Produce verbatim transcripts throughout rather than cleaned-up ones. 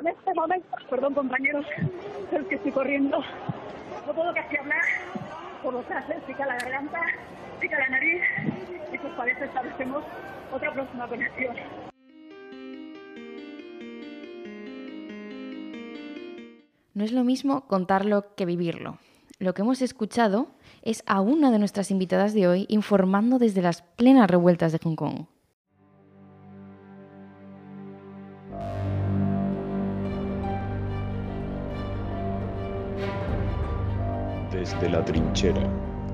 en este momento, perdón compañeros, es que estoy corriendo, no puedo casi hablar, por los gases, pica la garganta, pica la nariz, y pues parece establecemos otra próxima conexión. No es lo mismo contarlo que vivirlo. Lo que hemos escuchado es a una de nuestras invitadas de hoy informando desde las plenas revueltas de Hong Kong. Desde la trinchera.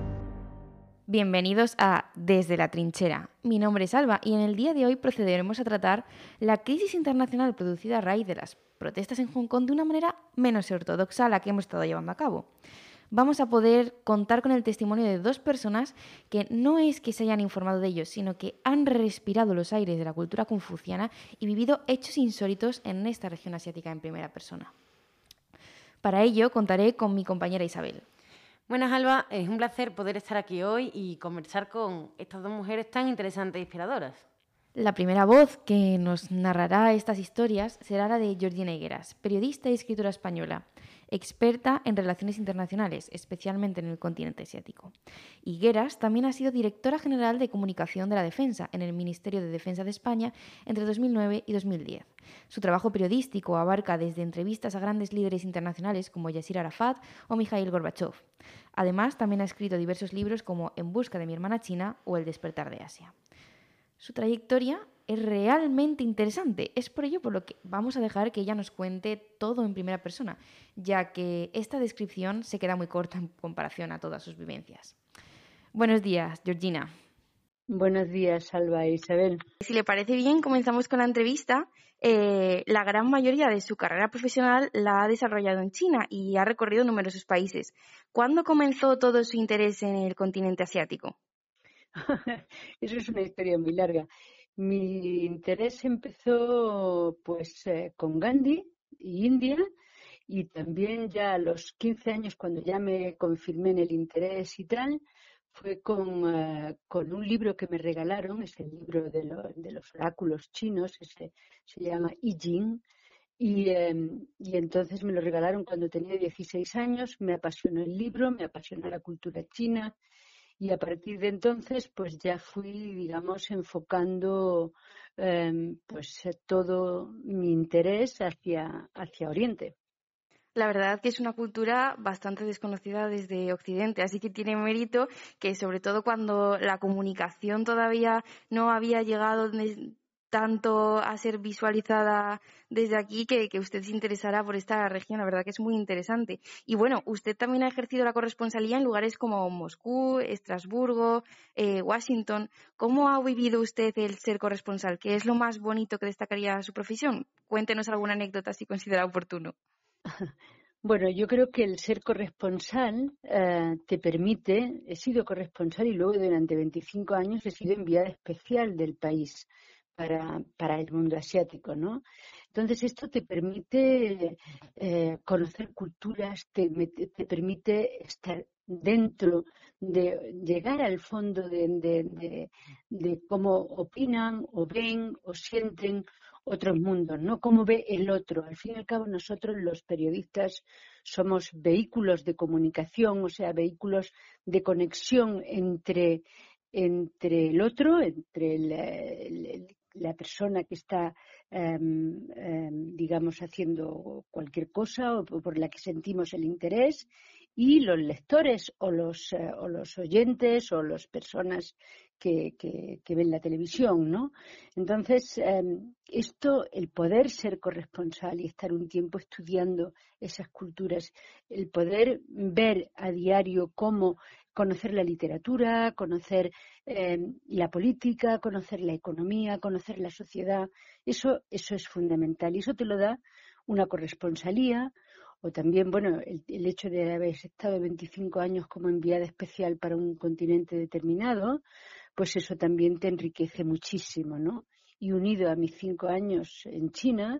Bienvenidos a Desde la trinchera. Mi nombre es Alba y en el día de hoy procederemos a tratar la crisis internacional producida a raíz de las protestas en Hong Kong de una manera menos ortodoxa a la que hemos estado llevando a cabo. Vamos a poder contar con el testimonio de dos personas que no es que se hayan informado de ellos, sino que han respirado los aires de la cultura confuciana y vivido hechos insólitos en esta región asiática en primera persona. Para ello contaré con mi compañera Isabel. Buenas, Alba. Es un placer poder estar aquí hoy y conversar con estas dos mujeres tan interesantes e inspiradoras. La primera voz que nos narrará estas historias será la de Georgina Higueras, periodista y escritora española, experta en relaciones internacionales, especialmente en el continente asiático. Higueras también ha sido directora general de comunicación de la Defensa en el Ministerio de Defensa de España entre dos mil nueve y dos mil diez. Su trabajo periodístico abarca desde entrevistas a grandes líderes internacionales como Yasir Arafat o Mikhail Gorbachev. Además, también ha escrito diversos libros como En busca de mi hermana China o El despertar de Asia. Su trayectoria es realmente interesante. Es por ello por lo que vamos a dejar que ella nos cuente todo en primera persona, ya que esta descripción se queda muy corta en comparación a todas sus vivencias. Buenos días, Georgina. Buenos días, Alba e Isabel. Si le parece bien, comenzamos con la entrevista. Eh, la gran mayoría de su carrera profesional la ha desarrollado en China y ha recorrido numerosos países. ¿Cuándo comenzó todo su interés en el continente asiático? Eso es una historia muy larga. Mi interés empezó pues eh, con Gandhi y India, y también ya a los quince años, cuando ya me confirmé en el interés y tal, fue con, uh, con un libro que me regalaron, es el libro de, lo, de los oráculos chinos, ese, se llama I Ching, y, eh, y entonces me lo regalaron cuando tenía dieciséis años, me apasionó el libro, me apasionó la cultura china, y a partir de entonces pues ya fui, digamos, enfocando eh, pues todo mi interés hacia, hacia Oriente. La verdad que es una cultura bastante desconocida desde Occidente, así que tiene mérito que, sobre todo cuando la comunicación todavía no había llegado tanto a ser visualizada desde aquí, que, que usted se interesara por esta región. La verdad que es muy interesante. Y bueno, usted también ha ejercido la corresponsalía en lugares como Moscú, Estrasburgo, eh, Washington. ¿Cómo ha vivido usted el ser corresponsal? ¿Qué es lo más bonito que destacaría su profesión? Cuéntenos alguna anécdota si considera oportuno. Bueno, yo creo que el ser corresponsal eh, te permite, he sido corresponsal y luego durante veinticinco años he sido enviada especial del país para, para el mundo asiático, ¿no? Entonces esto te permite eh, conocer culturas, te, te permite estar dentro de llegar al fondo de, de, de, de cómo opinan o ven o sienten otros mundos, ¿no? Cómo ve el otro. Al fin y al cabo, nosotros los periodistas somos vehículos de comunicación, o sea, vehículos de conexión entre, entre el otro, entre el, el, la persona que está, eh, eh, digamos, haciendo cualquier cosa o por la que sentimos el interés, y los lectores o los, eh, o los oyentes o las personas que, que, que ven la televisión, ¿no? Entonces, eh, esto, el poder ser corresponsal y estar un tiempo estudiando esas culturas, el poder ver a diario cómo conocer la literatura, conocer eh, la política, conocer la economía, conocer la sociedad, eso, eso es fundamental y eso te lo da una corresponsalía. O también, bueno, el, el hecho de haber estado veinticinco años como enviada especial para un continente determinado, pues eso también te enriquece muchísimo, ¿no? Y unido a mis cinco años en China,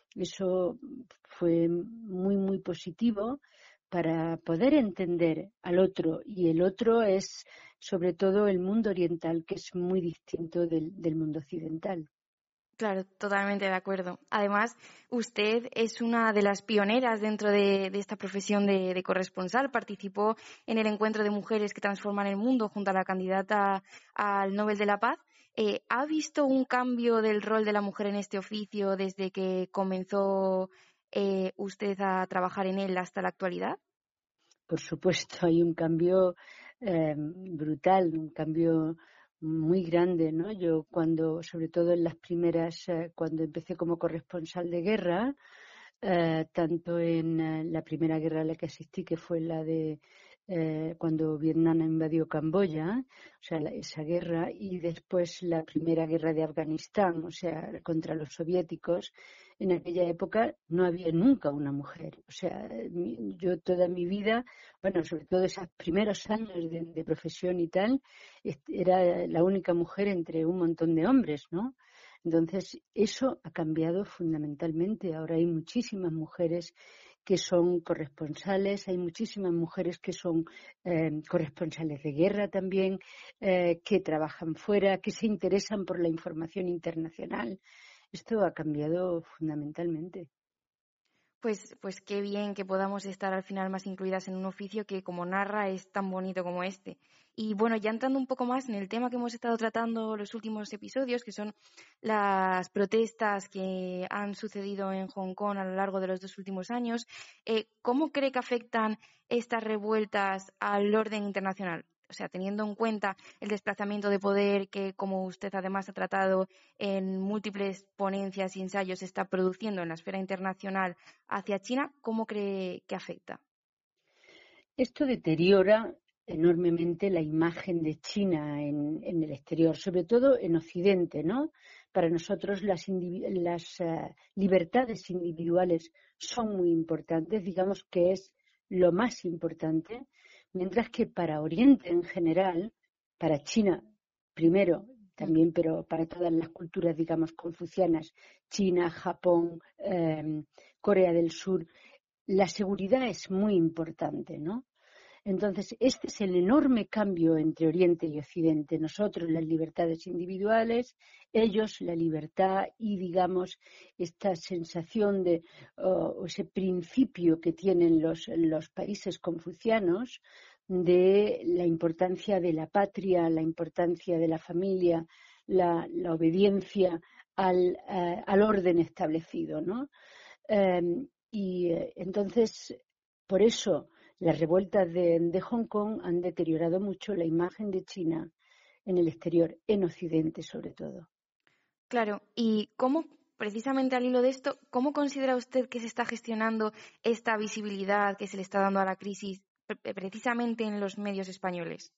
eso fue muy, muy positivo para poder entender al otro. Y el otro es, sobre todo, el mundo oriental, que es muy distinto del, del mundo occidental. Claro, totalmente de acuerdo. Además, usted es una de las pioneras dentro de, de esta profesión de, de corresponsal. Participó en el encuentro de mujeres que transforman el mundo junto a la candidata al Nobel de la Paz. Eh, ¿Ha visto un cambio del rol de la mujer en este oficio desde que comenzó eh, usted a trabajar en él hasta la actualidad? Por supuesto, hay un cambio eh, brutal, un cambio muy grande, ¿no? Yo cuando, sobre todo en las primeras, eh, cuando empecé como corresponsal de guerra, eh, tanto en eh, la primera guerra a la que asistí, que fue la de eh, cuando Vietnam invadió Camboya, o sea, la- esa guerra, y después la primera guerra de Afganistán, o sea, contra los soviéticos. En aquella época no había nunca una mujer. O sea, mi- yo toda mi vida, bueno, sobre todo esos primeros años de, de profesión y tal, est- era la única mujer entre un montón de hombres, ¿no? Entonces, eso ha cambiado fundamentalmente. Ahora hay muchísimas mujeres que son corresponsales, hay muchísimas mujeres que son eh, corresponsales de guerra también, eh, que trabajan fuera, que se interesan por la información internacional. Esto ha cambiado fundamentalmente. Pues, pues qué bien que podamos estar al final más incluidas en un oficio que, como narra, es tan bonito como este. Y bueno, ya entrando un poco más en el tema que hemos estado tratando los últimos episodios, que son las protestas que han sucedido en Hong Kong a lo largo de los dos últimos años, eh, ¿cómo cree que afectan estas revueltas al orden internacional? O sea, teniendo en cuenta el desplazamiento de poder que, como usted además ha tratado en múltiples ponencias y ensayos, se está produciendo en la esfera internacional hacia China, ¿cómo cree que afecta? Esto deteriora enormemente la imagen de China en, en el exterior, sobre todo en Occidente, ¿no? Para nosotros las, indivi- las eh, libertades individuales son muy importantes, digamos que es lo más importante, mientras que para Oriente en general, para China primero, Mm. también, pero para todas las culturas, digamos, confucianas, China, Japón, eh, Corea del Sur, la seguridad es muy importante, ¿no? Entonces, este es el enorme cambio entre Oriente y Occidente. Nosotros las libertades individuales, ellos la libertad y, digamos, esta sensación de, o ese principio que tienen los, los países confucianos de la importancia de la patria, la importancia de la familia, la, la obediencia al, eh, al orden establecido, ¿no? Eh, y eh, entonces, por eso las revueltas de, de Hong Kong han deteriorado mucho la imagen de China en el exterior, en Occidente sobre todo. Claro, y cómo, precisamente al hilo de esto, ¿cómo considera usted que se está gestionando esta visibilidad que se le está dando a la crisis pre- precisamente en los medios españoles?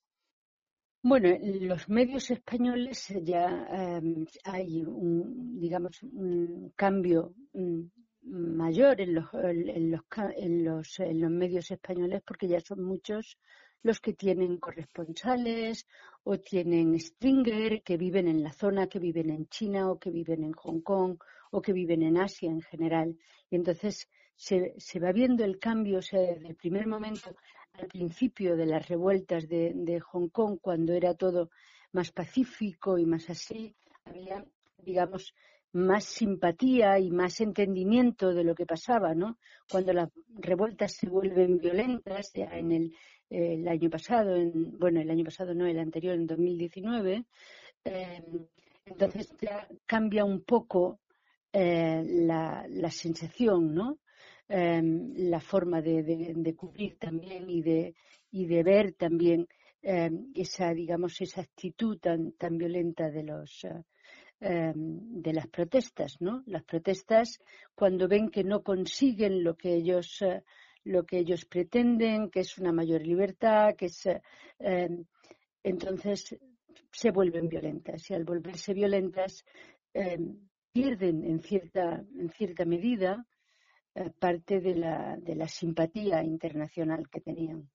Bueno, en los medios españoles ya eh, hay un, digamos, un cambio mm, mayor en los, en, los, ca- en, los, en los medios españoles porque ya son muchos los que tienen corresponsales o tienen stringer que viven en la zona, que viven en China o que viven en Hong Kong o que viven en Asia en general. Y entonces se, se va viendo el cambio, o sea, desde el primer momento al principio de las revueltas de, de Hong Kong, cuando era todo más pacífico y más así, había, digamos, más simpatía y más entendimiento de lo que pasaba, ¿no? Cuando las revueltas se vuelven violentas, ya en el, eh, el año pasado, en, bueno, el año pasado no, el anterior, en dos mil diecinueve, eh, entonces ya cambia un poco eh, la, la sensación, ¿no? Eh, la forma de, de, de cubrir también y de, y de ver también eh, esa, digamos, esa actitud tan, tan violenta de los eh, eh, de las protestas, ¿no? Las protestas cuando ven que no consiguen lo que ellos eh, lo que ellos pretenden, que es una mayor libertad, que es eh, eh, entonces se vuelven violentas y al volverse violentas eh, pierden en cierta en cierta medida eh, parte de la de la simpatía internacional que tenían.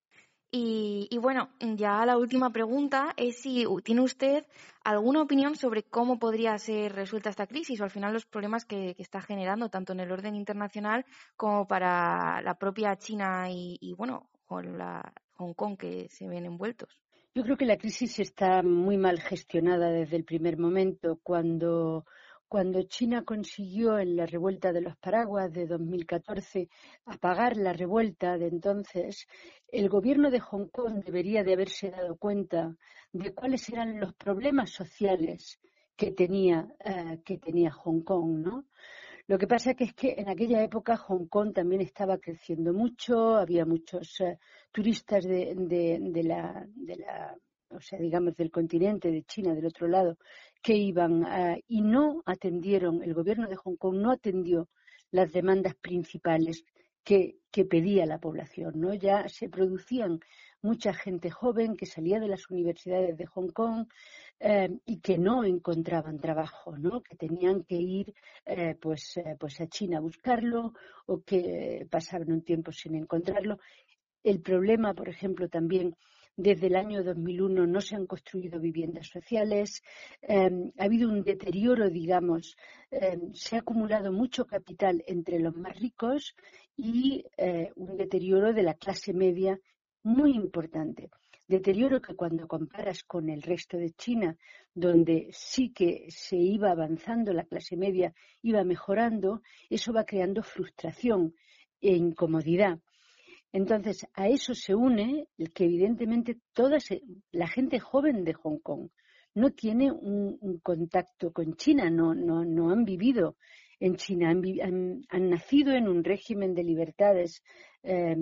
Y, y bueno, ya la última pregunta es si u- tiene usted alguna opinión sobre cómo podría ser resuelta esta crisis o al final los problemas que, que está generando tanto en el orden internacional como para la propia China y, y bueno, con la Hong Kong que se ven envueltos. Yo creo que la crisis está muy mal gestionada desde el primer momento, cuando, cuando China consiguió en la revuelta de los paraguas de dos mil catorce apagar la revuelta de entonces, el gobierno de Hong Kong debería de haberse dado cuenta de cuáles eran los problemas sociales que tenía, eh, que tenía Hong Kong, ¿no? Lo que pasa que es que en aquella época Hong Kong también estaba creciendo mucho, había muchos uh, turistas de, de, de, la, de la, o sea, digamos, del continente, de China, del otro lado, que iban uh, y no atendieron, el gobierno de Hong Kong no atendió las demandas principales que, que pedía la población, ¿no? Ya se producían mucha gente joven que salía de las universidades de Hong Kong eh, y que no encontraban trabajo, ¿no? Que tenían que ir eh, pues, eh, pues a China a buscarlo o que pasaban un tiempo sin encontrarlo. El problema, por ejemplo, también desde el año dos mil uno no se han construido viviendas sociales, eh, ha habido un deterioro, digamos, eh, se ha acumulado mucho capital entre los más ricos y eh, un deterioro de la clase media muy importante. Deterioro que cuando comparas con el resto de China, donde sí que se iba avanzando, la clase media iba mejorando, eso va creando frustración e incomodidad. Entonces, a eso se une el que evidentemente toda se, la gente joven de Hong Kong no tiene un, un contacto con China, no, no, no han vivido en China, han, han, han nacido en un régimen de libertades. Eh,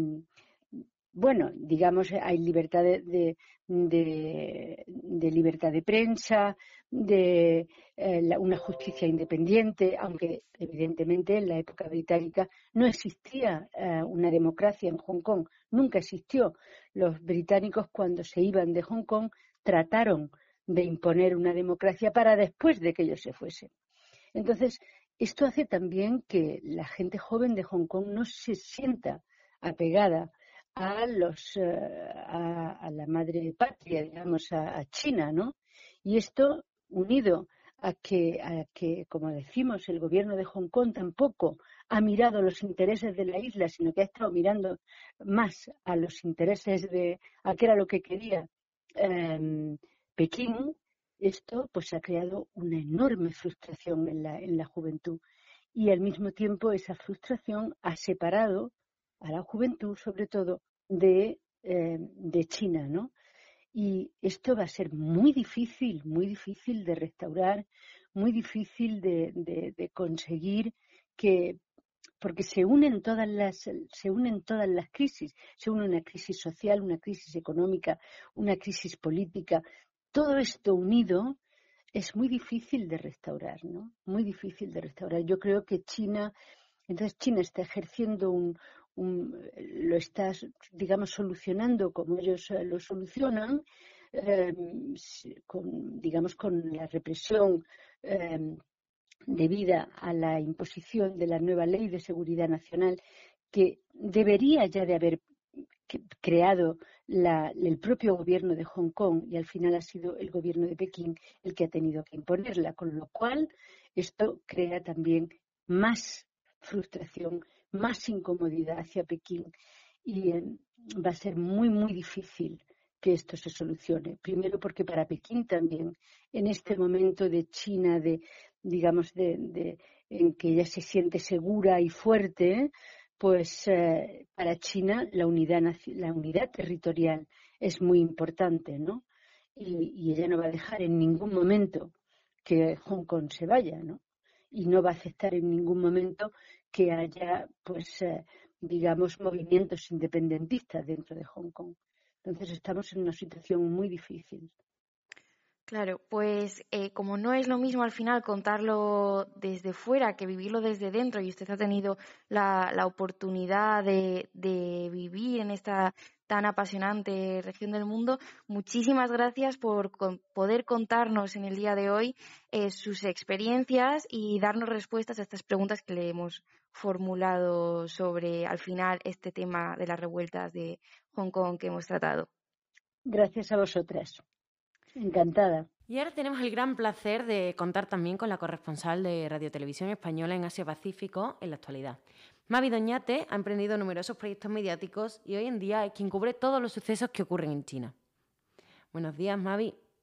Bueno, digamos, hay libertad de, de, de, de libertad de prensa, de eh, la, una justicia independiente, aunque evidentemente en la época británica no existía eh, una democracia en Hong Kong, nunca existió. Los británicos cuando se iban de Hong Kong trataron de imponer una democracia para después de que ellos se fuesen. Entonces, esto hace también que la gente joven de Hong Kong no se sienta apegada a los a, a la madre patria, digamos, a, a China, ¿no? Y esto unido a que, a que, como decimos, el gobierno de Hong Kong tampoco ha mirado los intereses de la isla, sino que ha estado mirando más a los intereses de a qué era lo que quería eh, Pekín. Esto pues ha creado una enorme frustración en la, en la juventud y al mismo tiempo esa frustración ha separado a la juventud, sobre todo, de, eh, de China, ¿no? Y esto va a ser muy difícil, muy difícil de restaurar, muy difícil de, de, de conseguir que, porque se unen todas las, se unen todas las crisis, se une una crisis social, una crisis económica, una crisis política, todo esto unido es muy difícil de restaurar, ¿no? Muy difícil de restaurar. Yo creo que China, entonces China está ejerciendo un, un lo está, digamos, solucionando como ellos eh, lo solucionan, eh, con, digamos, con la represión eh, debida a la imposición de la nueva Ley de Seguridad Nacional, que debería ya de haber creado la, el propio gobierno de Hong Kong y al final ha sido el gobierno de Pekín el que ha tenido que imponerla, con lo cual esto crea también más frustración, más incomodidad hacia Pekín y eh, va a ser muy, muy difícil que esto se solucione. Primero porque para Pekín también, en este momento de China, de digamos, de, de, en que ella se siente segura y fuerte, pues eh, para China la unidad, la unidad territorial es muy importante, ¿no? Y, y ella no va a dejar en ningún momento que Hong Kong se vaya, ¿no? Y no va a aceptar en ningún momento que haya, pues, eh, digamos, movimientos independentistas dentro de Hong Kong. Entonces estamos en una situación muy difícil. Claro, pues eh, como no es lo mismo al final contarlo desde fuera que vivirlo desde dentro, y usted ha tenido la, la oportunidad de, de vivir en esta tan apasionante región del mundo, muchísimas gracias por con, poder contarnos en el día de hoy eh, sus experiencias y darnos respuestas a estas preguntas que le hemos formulado sobre, al final, este tema de las revueltas de Hong Kong que hemos tratado. Gracias a vosotras. Encantada. Y ahora tenemos el gran placer de contar también con la corresponsal de Radio Televisión Española en Asia-Pacífico en la actualidad. Mavi Doñate ha emprendido numerosos proyectos mediáticos y hoy en día es quien cubre todos los sucesos que ocurren en China. Buenos días, Mavi.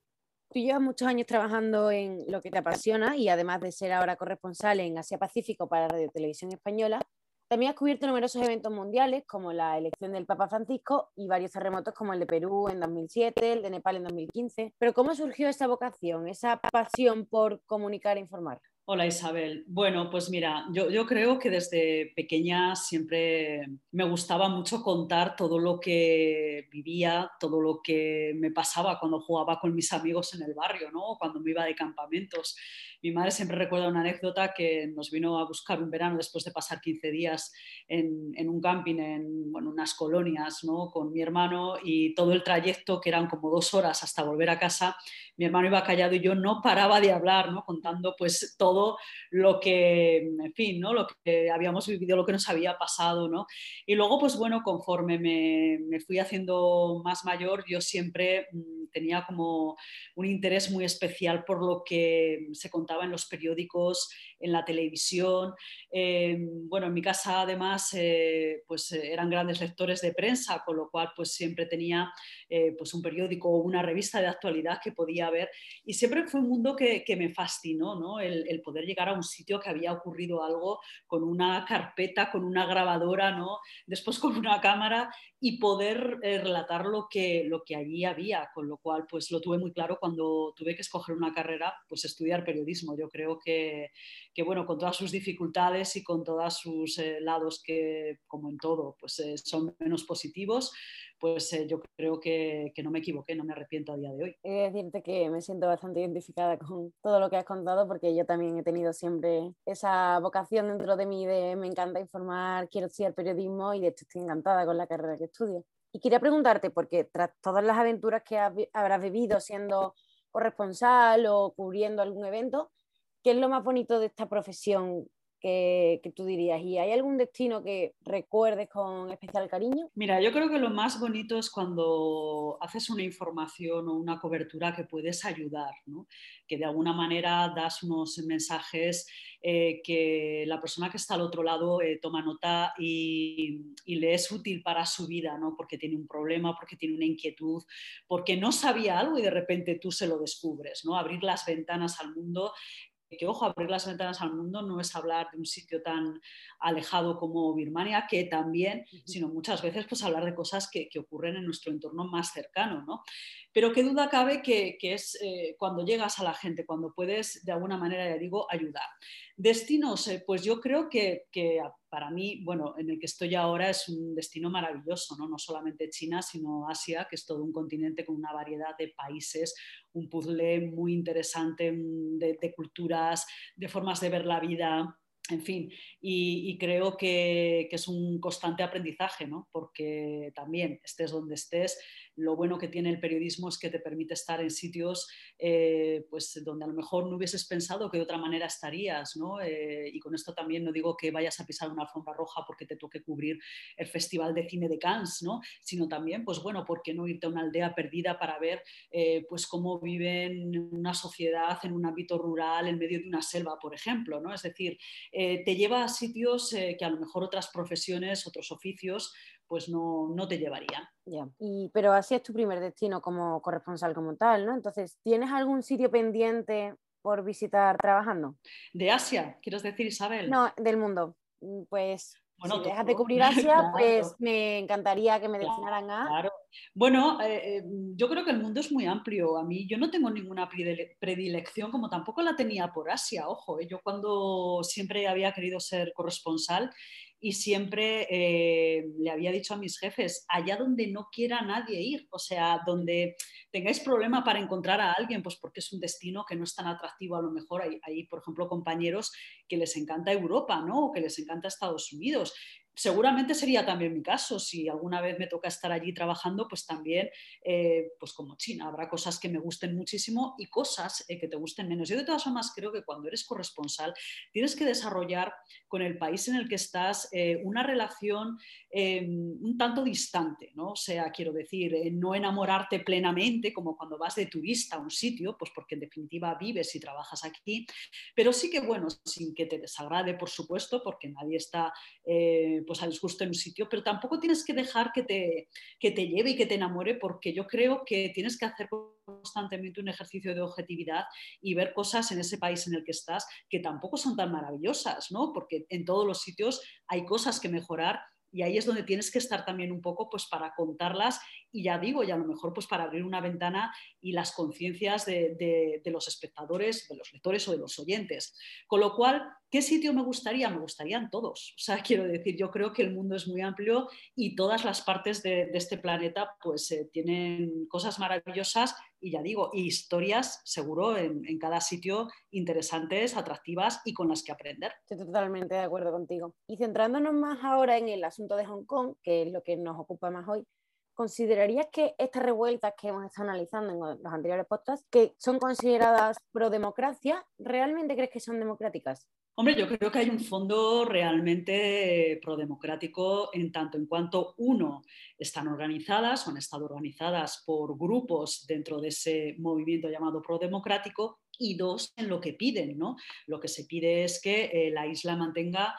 Tú llevas muchos años trabajando en lo que te apasiona y además de ser ahora corresponsal en Asia Pacífico para Radio Televisión Española, también has cubierto numerosos eventos mundiales como la elección del Papa Francisco y varios terremotos como el de Perú en dos mil siete, el de Nepal en dos mil quince. Pero ¿cómo surgió esa vocación, esa pasión por comunicar e informar? Hola Isabel. Bueno, pues mira, yo, yo creo que desde pequeña siempre me gustaba mucho contar todo lo que vivía, todo lo que me pasaba cuando jugaba con mis amigos en el barrio, ¿no? Cuando me iba de campamentos. Mi madre siempre recuerda una anécdota que nos vino a buscar un verano después de pasar quince días en, en un camping, en bueno, unas colonias, ¿no? Con mi hermano, y todo el trayecto, que eran como dos horas hasta volver a casa, mi hermano iba callado y yo no paraba de hablar, ¿no? Contando pues todo lo que, en fin, ¿no? Lo que habíamos vivido, lo que nos había pasado, ¿no? Y luego, pues bueno, conforme me, me fui haciendo más mayor, yo siempre mmm, tenía como un interés muy especial por lo que se contaba en los periódicos, en la televisión. Eh, bueno, en mi casa además eh, pues eran grandes lectores de prensa, con lo cual pues siempre tenía eh, pues un periódico o una revista de actualidad que podía ver, y siempre fue un mundo que, que me fascinó, ¿no? El, el poder llegar a un sitio que había ocurrido algo con una carpeta, con una grabadora, ¿no? Después con una cámara, y poder eh, relatar lo que, lo que allí había, con lo cual pues lo tuve muy claro cuando tuve que escoger una carrera, pues estudiar periodismo. Yo creo que, que bueno, con todas sus dificultades y con todos sus eh, lados que, como en todo, pues eh, son menos positivos, pues eh, yo creo que, que no me equivoqué, no me arrepiento a día de hoy. He de decirte que me siento bastante identificada con todo lo que has contado, porque yo también he tenido siempre esa vocación dentro de mí de me encanta informar, quiero estudiar periodismo, y de hecho estoy encantada con la carrera que estudio. Y quería preguntarte, porque tras todas las aventuras que habrás vivido siendo corresponsal o cubriendo algún evento, ¿qué es lo más bonito de esta profesión que, que tú dirías? ¿Y hay algún destino que recuerdes con especial cariño? Mira, yo creo que lo más bonito es cuando haces una información o una cobertura que puedes ayudar, ¿no? Que de alguna manera das unos mensajes eh, que la persona que está al otro lado eh, toma nota y, y le es útil para su vida, ¿no? Porque tiene un problema, porque tiene una inquietud, porque no sabía algo y de repente tú se lo descubres, ¿no? Abrir las ventanas al mundo. Que, ojo, abrir las ventanas al mundo no es hablar de un sitio tan alejado como Birmania, que también, sino muchas veces pues hablar de cosas que, que ocurren en nuestro entorno más cercano, ¿no? Pero qué duda cabe que, que es eh, cuando llegas a la gente, cuando puedes de alguna manera, ya digo, ayudar. Destinos, eh, pues yo creo que, que para mí, bueno, en el que estoy ahora es un destino maravilloso, ¿no? No solamente China, sino Asia, que es todo un continente con una variedad de países, un puzzle muy interesante de, de culturas, de formas de ver la vida, en fin, y, y creo que, que es un constante aprendizaje, ¿no? Porque también, estés donde estés, lo bueno que tiene el periodismo es que te permite estar en sitios eh, pues, donde a lo mejor no hubieses pensado que de otra manera estarías, ¿no? Eh, y con esto también no digo que vayas a pisar una alfombra roja porque te toque cubrir el Festival de Cine de Cannes, ¿no? Sino también, pues bueno, ¿por qué no irte a una aldea perdida para ver eh, pues cómo viven una sociedad en un ámbito rural en medio de una selva, por ejemplo, ¿no? Es decir, eh, te lleva a sitios eh, que a lo mejor otras profesiones, otros oficios, pues no, no te llevarían. Ya. Y, pero así es tu primer destino como corresponsal como tal, ¿no? Entonces, ¿tienes algún sitio pendiente por visitar trabajando? ¿De Asia, quieres decir, Isabel? No, del mundo. Pues bueno, si todo. dejas de cubrir Asia, claro. Pues me encantaría que me destinaran a... Claro. Bueno, eh, eh, yo creo que el mundo es muy amplio. A mí yo no tengo ninguna predilección, como tampoco la tenía por Asia, ojo. ¿eh? Yo cuando siempre había querido ser corresponsal y siempre eh, le había dicho a mis jefes, allá donde no quiera nadie ir, o sea, donde tengáis problema para encontrar a alguien, pues porque es un destino que no es tan atractivo a lo mejor. Hay, hay por ejemplo, compañeros que les encanta Europa, ¿no? O que les encanta Estados Unidos. Seguramente sería también mi caso, si alguna vez me toca estar allí trabajando, pues también, eh, pues como China, habrá cosas que me gusten muchísimo y cosas eh, que te gusten menos. Yo de todas formas creo que cuando eres corresponsal tienes que desarrollar con el país en el que estás eh, una relación eh, un tanto distante, ¿no? O sea, quiero decir, eh, no enamorarte plenamente como cuando vas de turista a un sitio, pues porque en definitiva vives y trabajas aquí, pero sí que, bueno, sin que te desagrade, por supuesto, porque nadie está... Eh, pues a disgusto en un sitio, pero tampoco tienes que dejar que te, que te lleve y que te enamore, porque yo creo que tienes que hacer constantemente un ejercicio de objetividad y ver cosas en ese país en el que estás que tampoco son tan maravillosas, ¿no? Porque en todos los sitios hay cosas que mejorar y ahí es donde tienes que estar también un poco pues, para contarlas y ya digo, y a lo mejor pues, para abrir una ventana y las conciencias de, de, de los espectadores, de los lectores o de los oyentes. Con lo cual, ¿qué sitio me gustaría? Me gustarían todos. O sea, quiero decir, yo creo que el mundo es muy amplio y todas las partes de, de este planeta pues eh, tienen cosas maravillosas y ya digo, y historias seguro en, en cada sitio interesantes, atractivas y con las que aprender. Estoy totalmente de acuerdo contigo. Y centrándonos más ahora en el asunto de Hong Kong, que es lo que nos ocupa más hoy, ¿considerarías que estas revueltas que hemos estado analizando en los anteriores podcasts, que son consideradas pro-democracia, realmente crees que son democráticas? Hombre, yo creo que hay un fondo realmente prodemocrático en tanto en cuanto, uno, están organizadas o han estado organizadas por grupos dentro de ese movimiento llamado prodemocrático, y dos, en lo que piden, ¿no? Lo que se pide es que eh, la isla mantenga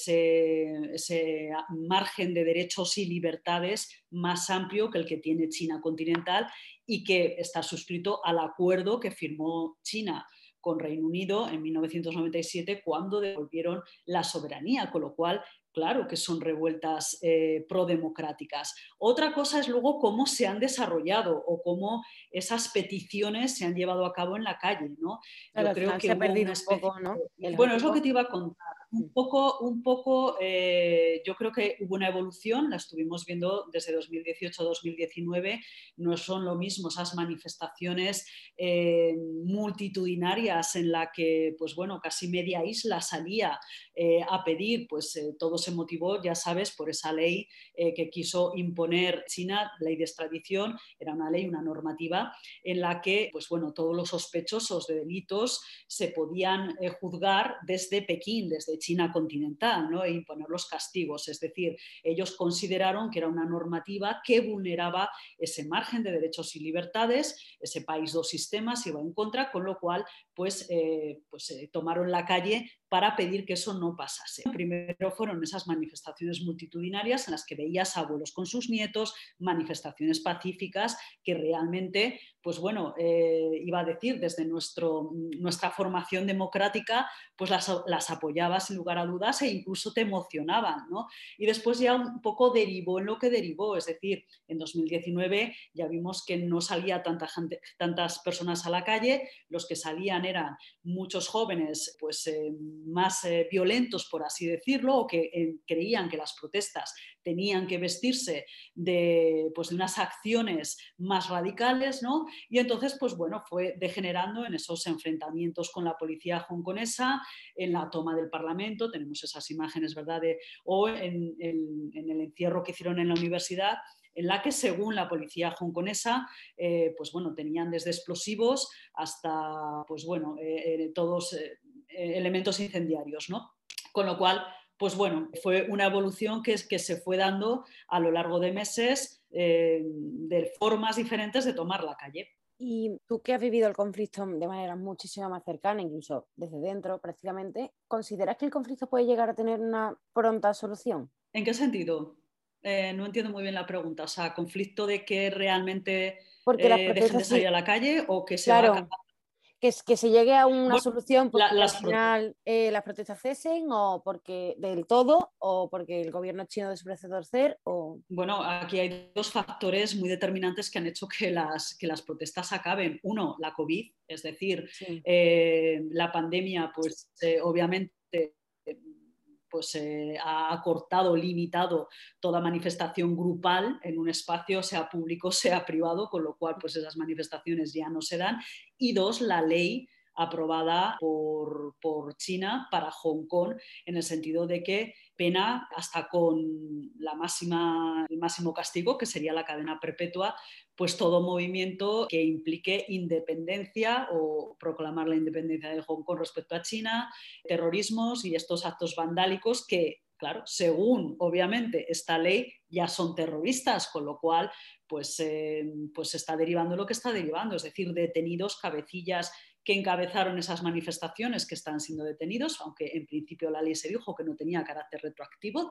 ese, ese margen de derechos y libertades más amplio que el que tiene China continental y que está suscrito al acuerdo que firmó China con Reino Unido en mil novecientos noventa y siete cuando devolvieron la soberanía, con lo cual claro que son revueltas eh, prodemocráticas. Otra cosa es luego cómo se han desarrollado o cómo esas peticiones se han llevado a cabo en la calle, ¿no? Claro, Yo creo que se ha hubo perdido una un especie poco, ¿no? de... El Bueno, es objetivo. lo que te iba a contar. Un poco, un poco eh, yo creo que hubo una evolución, la estuvimos viendo desde dos mil dieciocho a dos mil diecinueve, no son lo mismo esas manifestaciones eh, multitudinarias en la que, pues bueno, casi media isla salía eh, a pedir, pues eh, todo se motivó, ya sabes, por esa ley eh, que quiso imponer China, ley de extradición, era una ley, una normativa en la que, pues bueno, todos los sospechosos de delitos se podían eh, juzgar desde Pekín, desde China continental, ¿no? E imponer los castigos. Es decir, ellos consideraron que era una normativa que vulneraba ese margen de derechos y libertades, ese país dos sistemas iba en contra, con lo cual pues, eh, pues eh, tomaron la calle para pedir que eso no pasase. Primero fueron esas manifestaciones multitudinarias en las que veías abuelos con sus nietos, manifestaciones pacíficas que realmente, pues bueno, eh, iba a decir desde nuestro, nuestra formación democrática, pues las, las apoyabas sin lugar a dudas e incluso te emocionaban, ¿no? Y después ya un poco derivó en lo que derivó, es decir, en dos mil diecinueve ya vimos que no salía tanta gente, tantas personas a la calle, los que salían eran muchos jóvenes pues, eh, más eh, violentos, por así decirlo, o que eh, creían que las protestas tenían que vestirse de, pues, de unas acciones más radicales, ¿no? Y entonces, pues bueno, fue degenerando en esos enfrentamientos con la policía hongkonesa, en la toma del Parlamento, tenemos esas imágenes, ¿verdad? De, o en, en, en el encierro que hicieron en la universidad, en la que, según la policía hongkonesa, eh, pues bueno, tenían desde explosivos hasta, pues bueno, eh, eh, todos eh, elementos incendiarios, ¿no? Con lo cual, pues bueno, fue una evolución que, que se fue dando a lo largo de meses eh, de formas diferentes de tomar la calle. Y tú que has vivido el conflicto de manera muchísimo más cercana, incluso desde dentro prácticamente, ¿consideras que el conflicto puede llegar a tener una pronta solución? ¿En qué sentido? Eh, no entiendo muy bien la pregunta. O sea, ¿conflicto de que realmente eh, dejen de salir sí. a la calle o que se claro. va a acabar? Que, que se llegue a una bueno, solución porque la, al final eh, las protestas cesen o porque del todo o porque el gobierno chino de su brazo torcer o... Bueno, aquí hay dos factores muy determinantes que han hecho que las, que las protestas acaben. Uno, la COVID, es decir, sí. eh, la pandemia, pues eh, obviamente pues eh, ha acortado, limitado toda manifestación grupal en un espacio, sea público, sea privado, con lo cual pues esas manifestaciones ya no se dan. Y dos, la ley aprobada por, por China para Hong Kong, en el sentido de que pena hasta con la máxima, el máximo castigo, que sería la cadena perpetua, pues todo movimiento que implique independencia o proclamar la independencia de Hong Kong respecto a China, terrorismos y estos actos vandálicos que, claro, según obviamente esta ley ya son terroristas, con lo cual pues, eh, pues está derivando lo que está derivando, es decir, detenidos, cabecillas que encabezaron esas manifestaciones que están siendo detenidos, aunque en principio la ley se dijo que no tenía carácter retroactivo,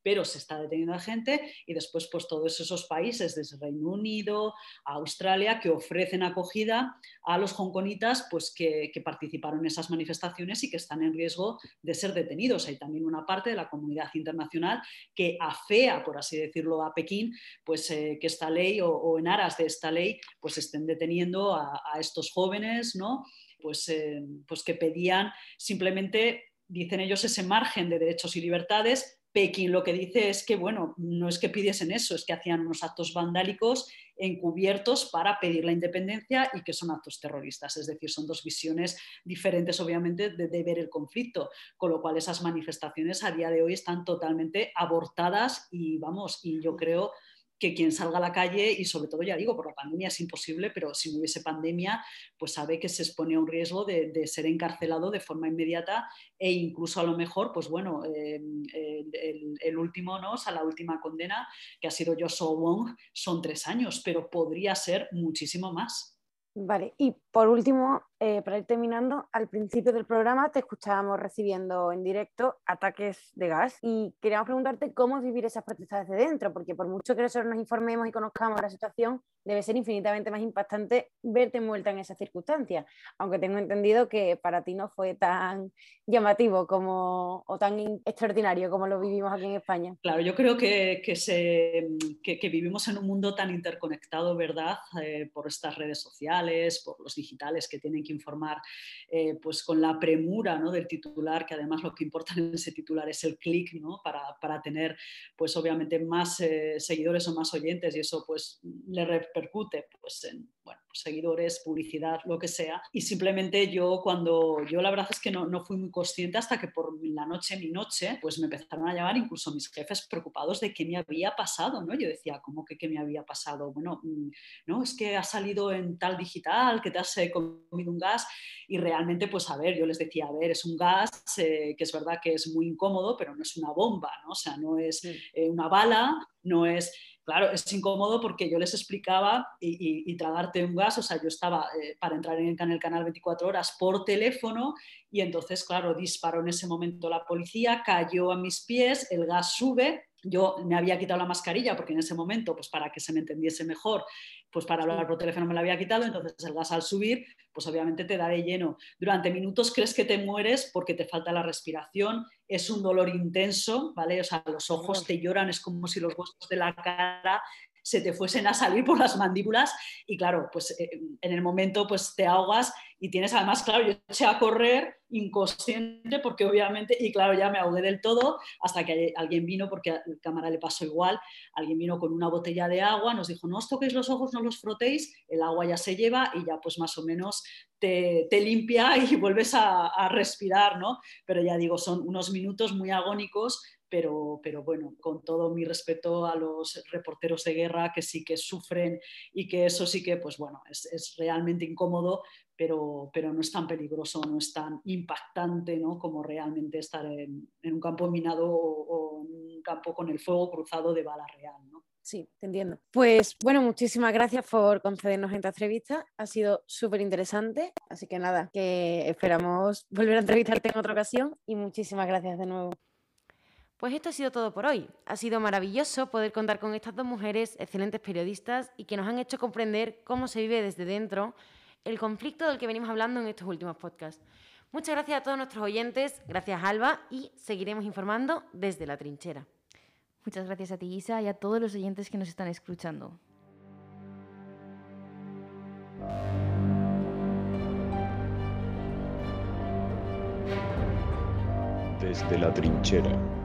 pero se está deteniendo a gente, y después pues todos esos países, desde Reino Unido a Australia, que ofrecen acogida a los hongkonitas pues, que, que participaron en esas manifestaciones y que están en riesgo de ser detenidos. Hay también una parte de la comunidad internacional que afea, por así decirlo, a Pekín, pues eh, que esta ley o, o en aras de esta ley pues estén deteniendo a, a estos jóvenes, ¿no? Pues, eh, pues que pedían simplemente, dicen ellos, ese margen de derechos y libertades. Pekín lo que dice es que, bueno, no es que pidiesen eso, es que hacían unos actos vandálicos encubiertos para pedir la independencia y que son actos terroristas. Es decir, son dos visiones diferentes, obviamente, de, de ver el conflicto, con lo cual esas manifestaciones a día de hoy están totalmente abortadas y, vamos, y yo creo que quien salga a la calle, y sobre todo, ya digo, por la pandemia es imposible, pero si no hubiese pandemia, pues sabe que se expone a un riesgo de, de ser encarcelado de forma inmediata e incluso a lo mejor, pues bueno, eh, el, el, el último, ¿no? O sea, la última condena, que ha sido Joshua Wong, son tres años, pero podría ser muchísimo más. Vale, y por último, eh, para ir terminando, al principio del programa te escuchábamos recibiendo en directo ataques de gas y queríamos preguntarte cómo es vivir esas protestas desde dentro, porque por mucho que nosotros nos informemos y conozcamos la situación, debe ser infinitamente más impactante verte envuelta en esas circunstancias, aunque tengo entendido que para ti no fue tan llamativo como, o tan extraordinario como lo vivimos aquí en España. Claro, yo creo que, que, se, que, que vivimos en un mundo tan interconectado, ¿verdad? Eh, por estas redes sociales, por los digitales que tienen que informar eh, pues con la premura, ¿no? Del titular, que además lo que importa en ese titular es el clic, ¿no? Para, para tener, pues obviamente, más eh, seguidores o más oyentes, y eso pues le repercute pues, en bueno, pues, seguidores, publicidad, lo que sea. Y simplemente yo cuando, yo la verdad es que no, no fui muy consciente hasta que por la noche, mi noche, pues me empezaron a llamar incluso mis jefes preocupados de qué me había pasado, ¿no? Yo decía, ¿cómo que qué me había pasado? Bueno, no, es que has salido en tal digital, que te has eh, comido un gas, y realmente, pues a ver, yo les decía, a ver, es un gas eh, que es verdad que es muy incómodo, pero no es una bomba, ¿no? O sea, no es eh, una bala, no es... Claro, es incómodo porque yo les explicaba y, y, y tragarte un gas, o sea, yo estaba eh, para entrar en el, en el canal veinticuatro horas por teléfono y entonces, claro, disparó en ese momento la policía, cayó a mis pies, el gas sube, yo me había quitado la mascarilla porque en ese momento, pues para que se me entendiese mejor, pues para hablar por teléfono me la había quitado, entonces el gas al subir, pues obviamente te da de lleno. Durante minutos crees que te mueres porque te falta la respiración, es un dolor intenso, ¿vale? O sea, los ojos te lloran, es como si los huesos de la cara se te fuesen a salir por las mandíbulas y claro, pues eh, en el momento pues te ahogas y tienes además, claro, yo eché a correr inconsciente porque obviamente, y claro, ya me ahogué del todo hasta que alguien vino, porque al cámara le pasó igual, alguien vino con una botella de agua, nos dijo, no os toquéis los ojos, no los frotéis, el agua ya se lleva y ya pues más o menos te, te limpia y vuelves a, a respirar, ¿no? Pero ya digo, son unos minutos muy agónicos, pero, pero bueno, con todo mi respeto a los reporteros de guerra que sí que sufren y que eso sí que, pues bueno, es, es realmente incómodo, pero, pero no es tan peligroso, no es tan impactante, ¿no? Como realmente estar en, en un campo minado o, o en un campo con el fuego cruzado de bala real, ¿no? Sí, te entiendo. Pues bueno, muchísimas gracias por concedernos esta entrevista. Ha sido súper interesante. Así que nada, que esperamos volver a entrevistarte en otra ocasión y muchísimas gracias de nuevo. Pues esto ha sido todo por hoy. Ha sido maravilloso poder contar con estas dos mujeres, excelentes periodistas, y que nos han hecho comprender cómo se vive desde dentro el conflicto del que venimos hablando en estos últimos podcasts. Muchas gracias a todos nuestros oyentes, gracias Alba, y seguiremos informando desde la trinchera. Muchas gracias a ti, Isa, y a todos los oyentes que nos están escuchando. Desde la trinchera.